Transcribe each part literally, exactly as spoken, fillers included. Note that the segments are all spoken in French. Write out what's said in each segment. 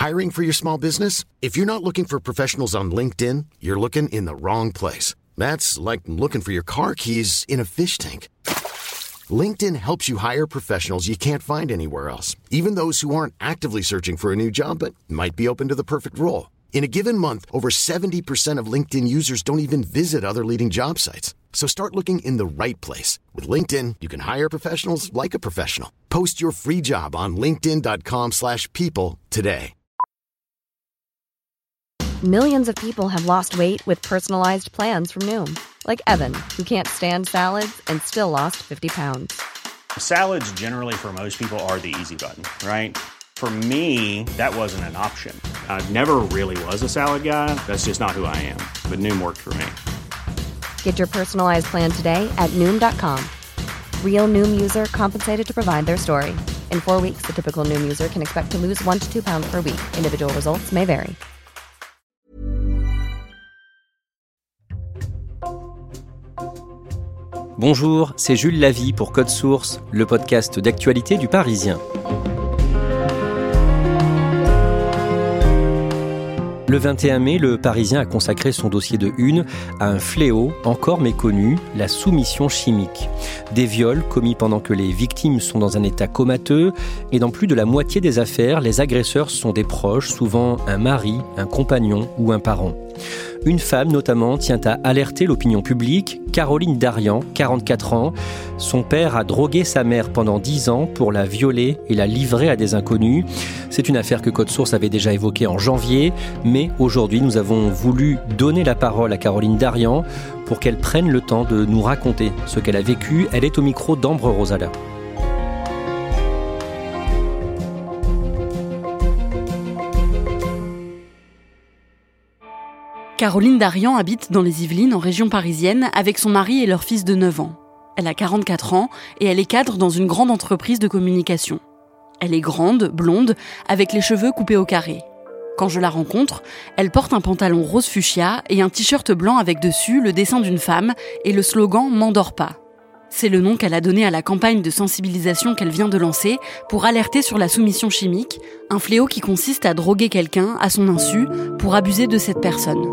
Hiring for your small business? If you're not looking for professionals on LinkedIn, you're looking in the wrong place. That's like looking for your car keys in a fish tank. LinkedIn helps you hire professionals you can't find anywhere else, even those who aren't actively searching for a new job but might be open to the perfect role. In a given month, over seventy percent of LinkedIn users don't even visit other leading job sites. So start looking in the right place. With LinkedIn, you can hire professionals like a professional. Post your free job on linkedin.com slash people today. Millions of people have lost weight with personalized plans from Noom. Like Evan, who can't stand salads and still lost fifty pounds. Salads generally for most people are the easy button, right? For me, that wasn't an option. I never really was a salad guy. That's just not who I am. But Noom worked for me. Get your personalized plan today at Noom dot com. Real Noom user compensated to provide their story. In four weeks, the typical Noom user can expect to lose one to two pounds per week. Individual results may vary. Bonjour, c'est Jules Lavie pour Code Source, le podcast d'actualité du Parisien. Le vingt et un mai, le Parisien a consacré son dossier de une à un fléau encore méconnu, la soumission chimique. Des viols commis pendant que les victimes sont dans un état comateux et dans plus de la moitié des affaires, les agresseurs sont des proches, souvent un mari, un compagnon ou un parent. Une femme notamment tient à alerter l'opinion publique, Caroline Darian, quarante-quatre ans. Son père a drogué sa mère pendant dix ans pour la violer et la livrer à des inconnus. C'est une affaire que Code Source avait déjà évoquée en janvier, mais aujourd'hui nous avons voulu donner la parole à Caroline Darian pour qu'elle prenne le temps de nous raconter ce qu'elle a vécu. Elle est au micro d'Ambre Rosala. Caroline Darian habite dans les Yvelines, en région parisienne, avec son mari et leur fils de neuf ans. Elle a quarante-quatre ans et elle est cadre dans une grande entreprise de communication. Elle est grande, blonde, avec les cheveux coupés au carré. Quand je la rencontre, elle porte un pantalon rose fuchsia et un t-shirt blanc avec dessus le dessin d'une femme et le slogan « M'endors pas ». C'est le nom qu'elle a donné à la campagne de sensibilisation qu'elle vient de lancer pour alerter sur la soumission chimique, un fléau qui consiste à droguer quelqu'un à son insu pour abuser de cette personne.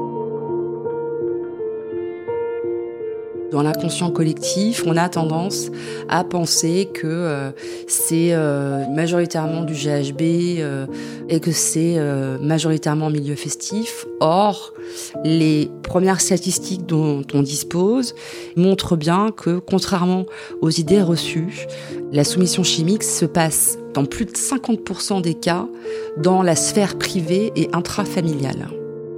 Dans l'inconscient collectif, on a tendance à penser que euh, c'est euh, majoritairement du G H B euh, et que c'est euh, majoritairement en milieu festif. Or, les premières statistiques dont on dispose montrent bien que, contrairement aux idées reçues, la soumission chimique se passe dans plus de cinquante pour cent des cas dans la sphère privée et intrafamiliale.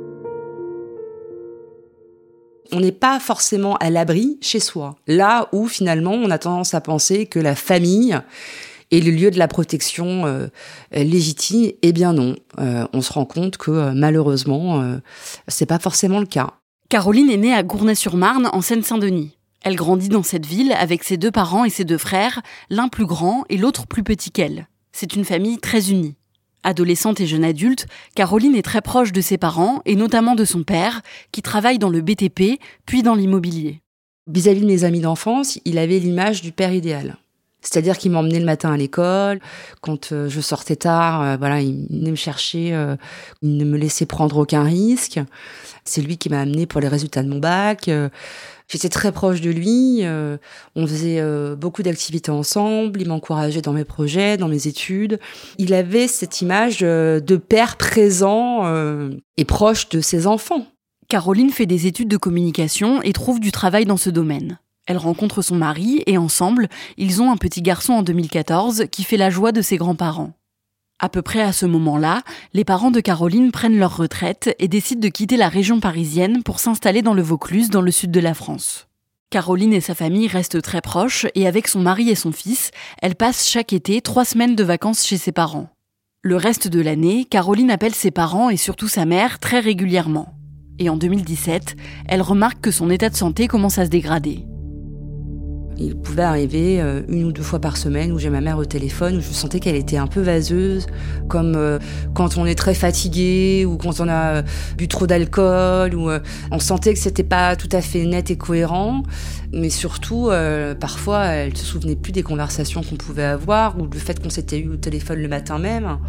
On n'est pas forcément à l'abri chez soi. Là où, finalement, on a tendance à penser que la famille est le lieu de la protection euh, légitime. Eh bien non, euh, on se rend compte que, euh, malheureusement, euh, c'est pas forcément le cas. Caroline est née à Gournay-sur-Marne, en Seine-Saint-Denis. Elle grandit dans cette ville avec ses deux parents et ses deux frères, l'un plus grand et l'autre plus petit qu'elle. C'est une famille très unie. Adolescente et jeune adulte, Caroline est très proche de ses parents et notamment de son père, qui travaille dans le B T P, puis dans l'immobilier. Vis-à-vis de mes amis d'enfance, il avait l'image du père idéal. C'est-à-dire qu'il m'emmenait le matin à l'école, quand euh, je sortais tard, euh, voilà, il venait me chercher, euh, il ne me laissait prendre aucun risque. C'est lui qui m'a amené pour les résultats de mon bac. Euh, J'étais très proche de lui, euh, on faisait euh, beaucoup d'activités ensemble, il m'encourageait dans mes projets, dans mes études. Il avait cette image euh, de père présent euh, et proche de ses enfants. Caroline fait des études de communication et trouve du travail dans ce domaine. Elle rencontre son mari et ensemble, ils ont un petit garçon en deux mille quatorze qui fait la joie de ses grands-parents. À peu près à ce moment-là, les parents de Caroline prennent leur retraite et décident de quitter la région parisienne pour s'installer dans le Vaucluse, dans le sud de la France. Caroline et sa famille restent très proches et avec son mari et son fils, elle passe chaque été trois semaines de vacances chez ses parents. Le reste de l'année, Caroline appelle ses parents et surtout sa mère très régulièrement. Et en deux mille dix-sept, elle remarque que son état de santé commence à se dégrader. Il pouvait arriver euh, une ou deux fois par semaine où j'ai ma mère au téléphone, où je sentais qu'elle était un peu vaseuse, comme euh, quand on est très fatigué ou quand on a euh, bu trop d'alcool, ou euh, on sentait que c'était pas tout à fait net et cohérent. Mais surtout, euh, parfois, elle se souvenait plus des conversations qu'on pouvait avoir ou du fait qu'on s'était eu au téléphone le matin même.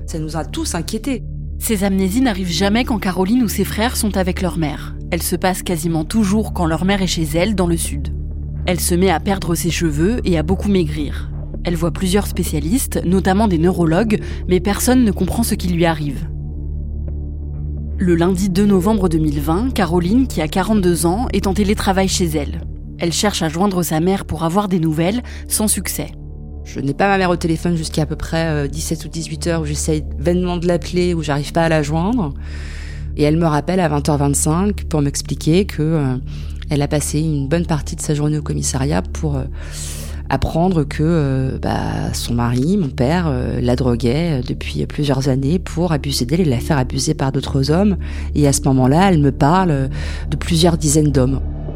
Ça nous a tous inquiétés. Ces amnésies n'arrivent jamais quand Caroline ou ses frères sont avec leur mère. Elles se passent quasiment toujours quand leur mère est chez elle, dans le sud. Elle se met à perdre ses cheveux et à beaucoup maigrir. Elle voit plusieurs spécialistes, notamment des neurologues, mais personne ne comprend ce qui lui arrive. Le lundi deux novembre deux mille vingt, Caroline, qui a quarante-deux ans, est en télétravail chez elle. Elle cherche à joindre sa mère pour avoir des nouvelles, sans succès. Je n'ai pas ma mère au téléphone jusqu'à à peu près dix-sept ou dix-huit heures où j'essaye vainement de l'appeler, où j'arrive pas à la joindre. Et elle me rappelle à vingt heures vingt-cinq pour m'expliquer que euh, elle a passé une bonne partie de sa journée au commissariat pour euh, apprendre que euh, bah, son mari, mon père, euh, la droguait depuis plusieurs années pour abuser d'elle et la faire abuser par d'autres hommes. Et à ce moment-là, elle me parle de plusieurs dizaines d'hommes.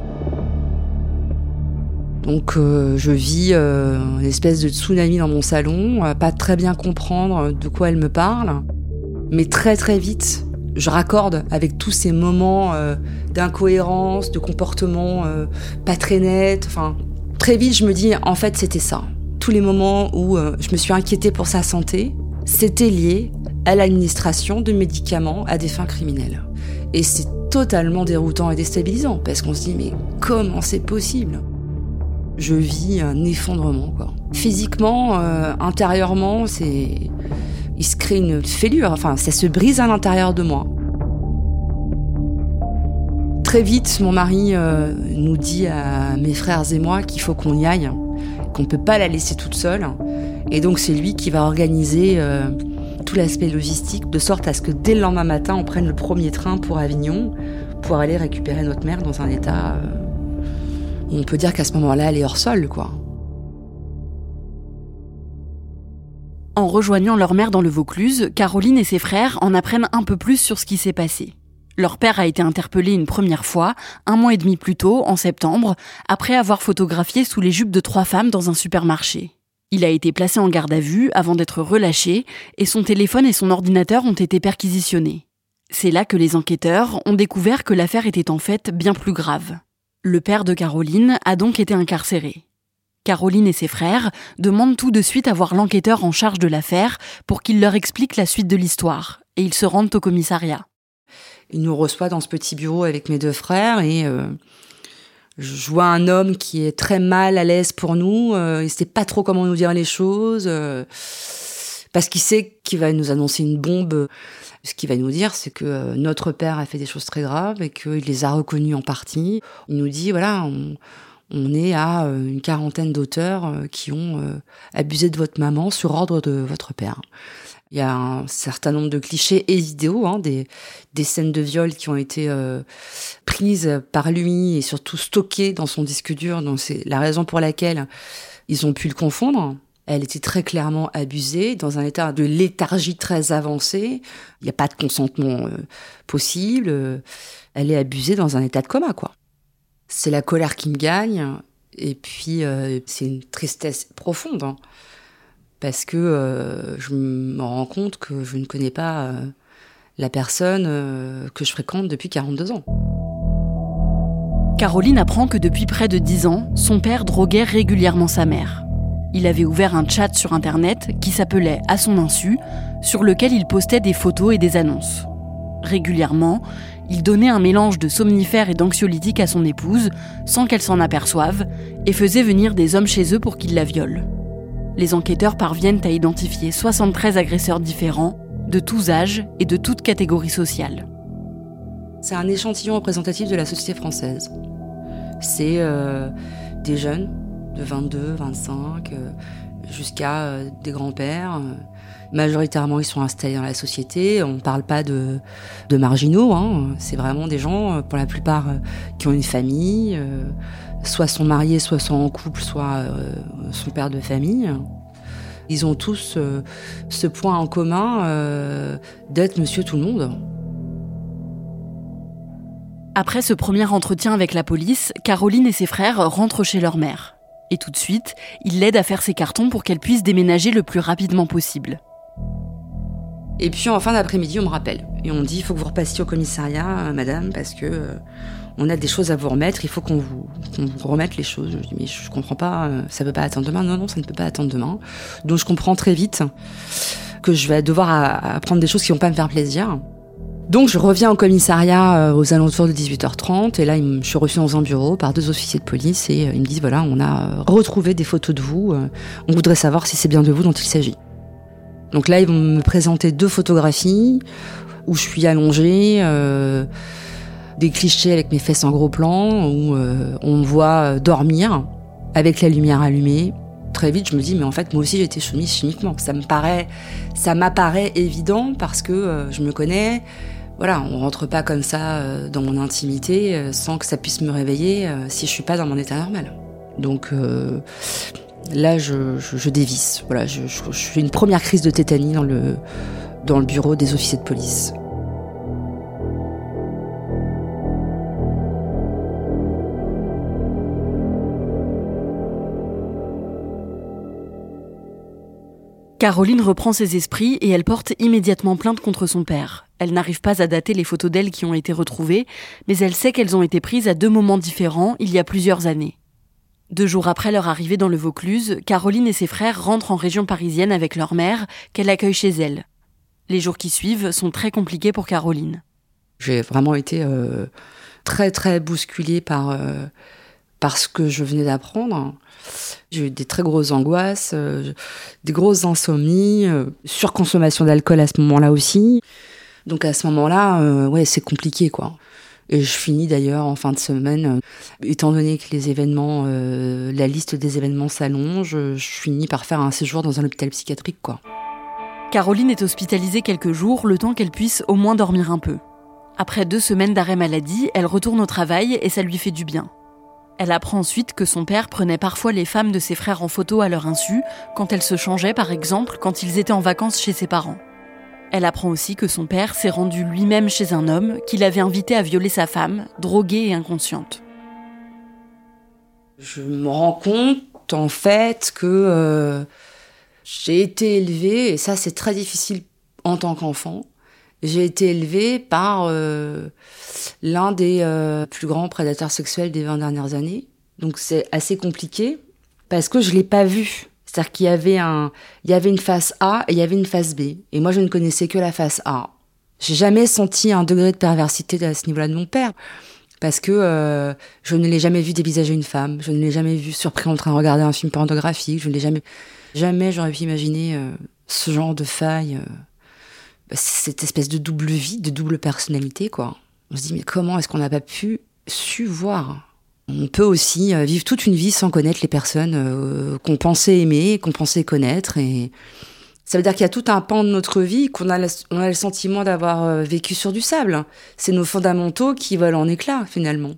Donc euh, je vis euh, une espèce de tsunami dans mon salon, à pas très bien comprendre de quoi elle me parle. Mais très très vite, je raccorde avec tous ces moments euh, d'incohérence, de comportement euh, pas très net. Enfin, très vite, je me dis, en fait, c'était ça. Tous les moments où euh, je me suis inquiétée pour sa santé, c'était lié à l'administration de médicaments à des fins criminelles. Et c'est totalement déroutant et déstabilisant, parce qu'on se dit, mais comment c'est possible ? Je vis un effondrement, quoi. Physiquement, euh, intérieurement, c'est... il se crée une fêlure, enfin, ça se brise à l'intérieur de moi. Très vite, mon mari euh, nous dit à mes frères et moi qu'il faut qu'on y aille, qu'on ne peut pas la laisser toute seule. Et donc, c'est lui qui va organiser euh, tout l'aspect logistique, de sorte à ce que dès le lendemain matin, on prenne le premier train pour Avignon, pour aller récupérer notre mère dans un état... Euh, on peut dire qu'à ce moment-là, elle est hors sol, quoi. En rejoignant leur mère dans le Vaucluse, Caroline et ses frères en apprennent un peu plus sur ce qui s'est passé. Leur père a été interpellé une première fois, un mois et demi plus tôt, en septembre, après avoir photographié sous les jupes de trois femmes dans un supermarché. Il a été placé en garde à vue avant d'être relâché, et son téléphone et son ordinateur ont été perquisitionnés. C'est là que les enquêteurs ont découvert que l'affaire était en fait bien plus grave. Le père de Caroline a donc été incarcéré. Caroline et ses frères demandent tout de suite à voir l'enquêteur en charge de l'affaire pour qu'il leur explique la suite de l'histoire, et ils se rendent au commissariat. Il nous reçoit dans ce petit bureau avec mes deux frères, et euh, je vois un homme qui est très mal à l'aise pour nous, euh, il ne sait pas trop comment nous dire les choses, euh, parce qu'il sait qu'il va nous annoncer une bombe. Ce qu'il va nous dire, c'est que notre père a fait des choses très graves et qu'il les a reconnues en partie. Il nous dit, voilà, on, on est à une quarantaine d'auteurs qui ont abusé de votre maman sur ordre de votre père. Il y a un certain nombre de clichés et vidéos, hein, des, des scènes de viol qui ont été euh, prises par lui et surtout stockées dans son disque dur. Donc c'est la raison pour laquelle ils ont pu le confondre. Elle était très clairement abusée, dans un état de léthargie très avancé. Il n'y a pas de consentement euh, possible. Elle est abusée dans un état de coma, quoi. C'est la colère qui me gagne. Et puis, euh, c'est une tristesse profonde. Hein, parce que euh, je me rends compte que je ne connais pas euh, la personne euh, que je fréquente depuis quarante-deux ans. Caroline apprend que depuis près de dix ans, son père droguait régulièrement sa mère. Il avait ouvert un chat sur Internet qui s'appelait « À son insu », sur lequel il postait des photos et des annonces. Régulièrement, il donnait un mélange de somnifères et d'anxiolytiques à son épouse, sans qu'elle s'en aperçoive, et faisait venir des hommes chez eux pour qu'ils la violent. Les enquêteurs parviennent à identifier soixante-treize agresseurs différents, de tous âges et de toutes catégories sociales. C'est un échantillon représentatif de la société française. C'est euh, des jeunes, de vingt-deux, vingt-cinq, euh, jusqu'à euh, des grands-pères. Majoritairement, ils sont installés dans la société. On ne parle pas de, de marginaux. Hein. C'est vraiment des gens, pour la plupart, euh, qui ont une famille, euh, soit sont mariés, soit sont en couple, soit euh, sont pères de famille. Ils ont tous euh, ce point en commun euh, d'être monsieur tout le monde. Après ce premier entretien avec la police, Caroline et ses frères rentrent chez leur mère. Et tout de suite, il l'aide à faire ses cartons pour qu'elle puisse déménager le plus rapidement possible. Et puis en fin d'après-midi, on me rappelle. Et on me dit, il faut que vous repassiez au commissariat, madame, parce que euh, on a des choses à vous remettre, il faut qu'on vous, qu'on vous remette les choses. Je dis, mais je comprends pas, ça peut pas attendre demain. Non, non, ça ne peut pas attendre demain. Donc je comprends très vite que je vais devoir apprendre des choses qui vont pas me faire plaisir. Donc je reviens au commissariat aux alentours de dix-huit heures trente et là je suis reçue dans un bureau par deux officiers de police et ils me disent voilà, on a retrouvé des photos de vous, on voudrait savoir si c'est bien de vous dont il s'agit. Donc là ils vont me présenter deux photographies où je suis allongée, euh, des clichés avec mes fesses en gros plan, où euh, on me voit dormir avec la lumière allumée. Très vite, je me dis, mais en fait, moi aussi, j'ai été soumise chimiquement. Ça me paraît, ça m'apparaît évident parce que euh, je me connais. Voilà, on rentre pas comme ça euh, dans mon intimité euh, sans que ça puisse me réveiller euh, si je suis pas dans mon état normal. Donc euh, là, je, je, je dévisse. Voilà, je, je, je fais une première crise de tétanie dans le, dans le bureau des officiers de police. Caroline reprend ses esprits et elle porte immédiatement plainte contre son père. Elle n'arrive pas à dater les photos d'elle qui ont été retrouvées, mais elle sait qu'elles ont été prises à deux moments différents il y a plusieurs années. Deux jours après leur arrivée dans le Vaucluse, Caroline et ses frères rentrent en région parisienne avec leur mère, qu'elle accueille chez elle. Les jours qui suivent sont très compliqués pour Caroline. J'ai vraiment été euh, très très bousculée par, euh, par ce que je venais d'apprendre. J'ai eu des très grosses angoisses, euh, des grosses insomnies, euh, surconsommation d'alcool à ce moment-là aussi. Donc à ce moment-là, euh, ouais, c'est compliqué, quoi. Et je finis d'ailleurs en fin de semaine, euh, étant donné que les événements, euh, la liste des événements s'allonge, je finis par faire un séjour dans un hôpital psychiatrique, quoi. Caroline est hospitalisée quelques jours, le temps qu'elle puisse au moins dormir un peu. Après deux semaines d'arrêt maladie, elle retourne au travail et ça lui fait du bien. Elle apprend ensuite que son père prenait parfois les femmes de ses frères en photo à leur insu, quand elles se changeaient par exemple quand ils étaient en vacances chez ses parents. Elle apprend aussi que son père s'est rendu lui-même chez un homme qui l'avait invité à violer sa femme, droguée et inconsciente. Je me rends compte en fait que euh, j'ai été élevée, et ça c'est très difficile en tant qu'enfant, j'ai été élevée par euh, l'un des euh, plus grands prédateurs sexuels des vingt dernières années. Donc c'est assez compliqué parce que je l'ai pas vu. C'est-à-dire qu'il y avait un, il y avait une face A et il y avait une face B. Et moi je ne connaissais que la face A. J'ai jamais senti un degré de perversité à ce niveau-là de mon père. Parce que euh, je ne l'ai jamais vu dévisager une femme. Je ne l'ai jamais vu surpris en train de regarder un film pornographique. Je ne l'ai jamais... Jamais j'aurais pu imaginer euh, ce genre de faille... Euh, cette espèce de double vie, de double personnalité, quoi. On se dit, mais comment est-ce qu'on n'a pas pu su voir ? On peut aussi vivre toute une vie sans connaître les personnes euh, qu'on pensait aimer, qu'on pensait connaître. Et ça veut dire qu'il y a tout un pan de notre vie qu'on a le, on a le sentiment d'avoir vécu sur du sable. C'est nos fondamentaux qui volent en éclats, finalement.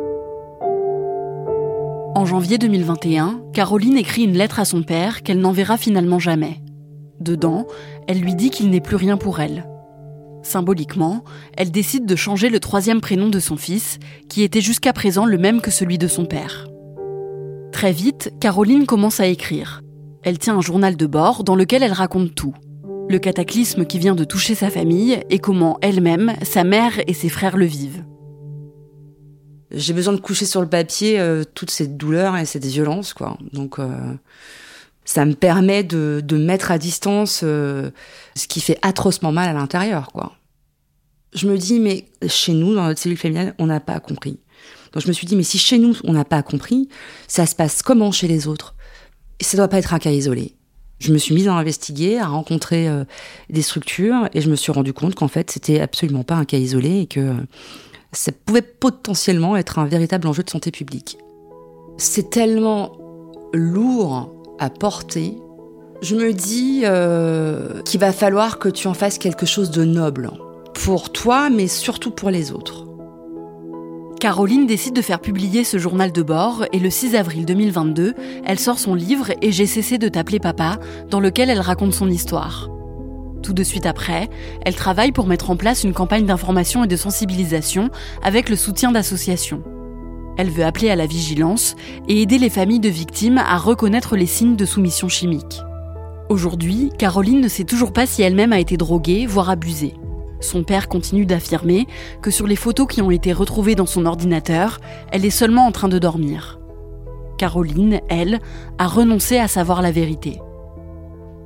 En janvier deux mille vingt et un, Caroline écrit une lettre à son père qu'elle n'enverra finalement jamais. Dedans, elle lui dit qu'il n'est plus rien pour elle. Symboliquement, elle décide de changer le troisième prénom de son fils, qui était jusqu'à présent le même que celui de son père. Très vite, Caroline commence à écrire. Elle tient un journal de bord dans lequel elle raconte tout. Le cataclysme qui vient de toucher sa famille et comment elle-même, sa mère et ses frères le vivent. J'ai besoin de coucher sur le papier euh, toute cette douleur et cette violence, quoi. Donc... Euh... Ça me permet de, de mettre à distance euh, ce qui fait atrocement mal à l'intérieur, quoi. Je me dis, mais chez nous, dans notre cellule familiale, on n'a pas compris. Donc je me suis dit, mais si chez nous, on n'a pas compris, ça se passe comment chez les autres ? Et ça ne doit pas être un cas isolé. Je me suis mise à investiguer, à rencontrer euh, des structures, et je me suis rendu compte qu'en fait, c'était absolument pas un cas isolé, et que euh, ça pouvait potentiellement être un véritable enjeu de santé publique. C'est tellement lourd à porter, je me dis euh, qu'il va falloir que tu en fasses quelque chose de noble. Pour toi, mais surtout pour les autres. Caroline décide de faire publier ce journal de bord et le six avril deux mille vingt-deux, elle sort son livre « Et j'ai cessé de t'appeler papa » dans lequel elle raconte son histoire. Tout de suite après, elle travaille pour mettre en place une campagne d'information et de sensibilisation avec le soutien d'associations. Elle veut appeler à la vigilance et aider les familles de victimes à reconnaître les signes de soumission chimique. Aujourd'hui, Caroline ne sait toujours pas si elle-même a été droguée, voire abusée. Son père continue d'affirmer que sur les photos qui ont été retrouvées dans son ordinateur, elle est seulement en train de dormir. Caroline, elle, a renoncé à savoir la vérité.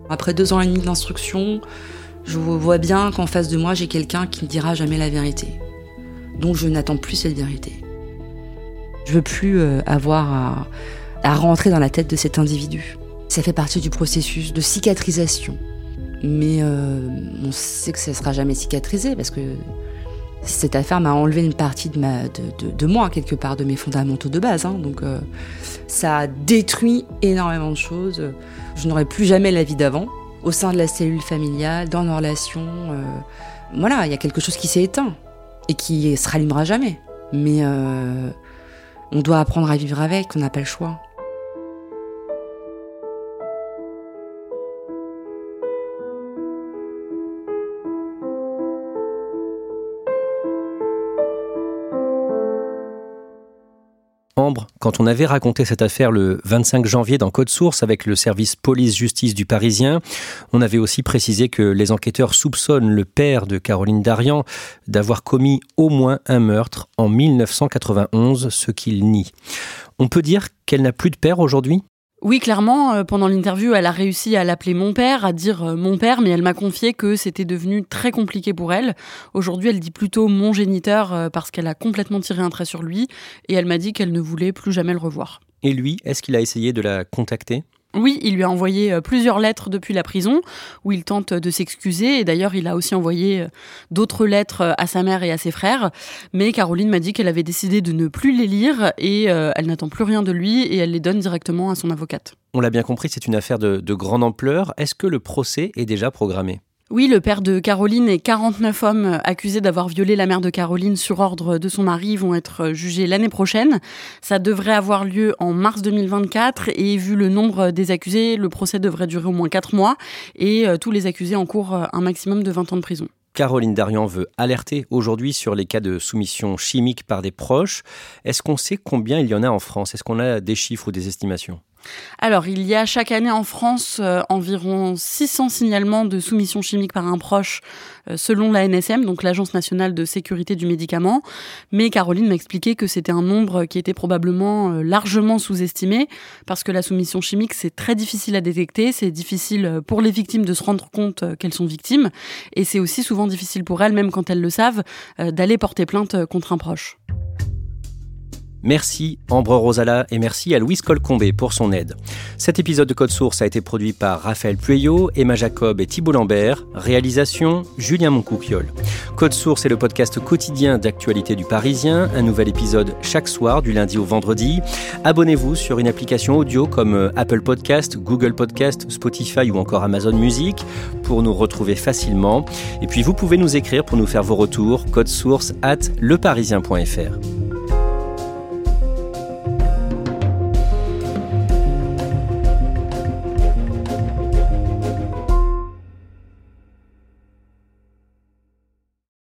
Après deux ans et demi d'instruction, je vois bien qu'en face de moi, j'ai quelqu'un qui ne dira jamais la vérité. Donc je n'attends plus cette vérité. Je veux plus euh, avoir à, à rentrer dans la tête de cet individu. Ça fait partie du processus de cicatrisation. Mais euh, on sait que ça ne sera jamais cicatrisé parce que cette affaire m'a enlevé une partie de, ma, de, de, de moi, quelque part, de mes fondamentaux de base. Hein. Donc euh, ça a détruit énormément de choses. Je n'aurai plus jamais la vie d'avant, au sein de la cellule familiale, dans nos relations. Euh, voilà, il y a quelque chose qui s'est éteint et qui se rallumera jamais. Mais euh, on doit apprendre à vivre avec, on n'a pas le choix. Ambre, quand on avait raconté cette affaire le vingt-cinq janvier dans Code Source avec le service police-justice du Parisien, on avait aussi précisé que les enquêteurs soupçonnent le père de Caroline Darian d'avoir commis au moins un meurtre en dix-neuf cent quatre-vingt-onze, ce qu'il nie. On peut dire qu'elle n'a plus de père aujourd'hui ? Oui, clairement, pendant l'interview, elle a réussi à l'appeler mon père, à dire mon père, mais elle m'a confié que c'était devenu très compliqué pour elle. Aujourd'hui, elle dit plutôt mon géniteur parce qu'elle a complètement tiré un trait sur lui et elle m'a dit qu'elle ne voulait plus jamais le revoir. Et lui, est-ce qu'il a essayé de la contacter ? Oui, il lui a envoyé plusieurs lettres depuis la prison où il tente de s'excuser et d'ailleurs il a aussi envoyé d'autres lettres à sa mère et à ses frères, mais Caroline m'a dit qu'elle avait décidé de ne plus les lire et euh, elle n'attend plus rien de lui et elle les donne directement à son avocate. On l'a bien compris, c'est une affaire de, de grande ampleur. Est-ce que le procès est déjà programmé ? Oui, le père de Caroline et quarante-neuf hommes accusés d'avoir violé la mère de Caroline sur ordre de son mari vont être jugés l'année prochaine. Ça devrait avoir lieu en mars deux mille vingt-quatre et vu le nombre des accusés, le procès devrait durer au moins quatre mois et tous les accusés encourent un maximum de vingt ans de prison. Caroline Darian veut alerter aujourd'hui sur les cas de soumission chimique par des proches. Est-ce qu'on sait combien il y en a en France ? Est-ce qu'on a des chiffres ou des estimations ? Alors, il y a chaque année en France euh, environ six cents signalements de soumission chimique par un proche euh, selon l'A N S M, donc l'Agence nationale de sécurité du médicament. Mais Caroline m'a expliqué que c'était un nombre qui était probablement euh, largement sous-estimé parce que la soumission chimique, c'est très difficile à détecter, c'est difficile pour les victimes de se rendre compte euh, qu'elles sont victimes et c'est aussi souvent difficile pour elles, même quand elles le savent, euh, d'aller porter plainte contre un proche. Merci Ambre Rosala et merci à Louise Colcombé pour son aide. Cet épisode de Code Source a été produit par Raphaël Pueyo, Emma Jacob et Thibault Lambert. Réalisation, Julien Moncouquiol. Code Source est le podcast quotidien d'actualité du Parisien. Un nouvel épisode chaque soir du lundi au vendredi. Abonnez-vous sur une application audio comme Apple Podcast, Google Podcast, Spotify ou encore Amazon Music pour nous retrouver facilement. Et puis vous pouvez nous écrire pour nous faire vos retours. Code Source arobase leparisien point f r.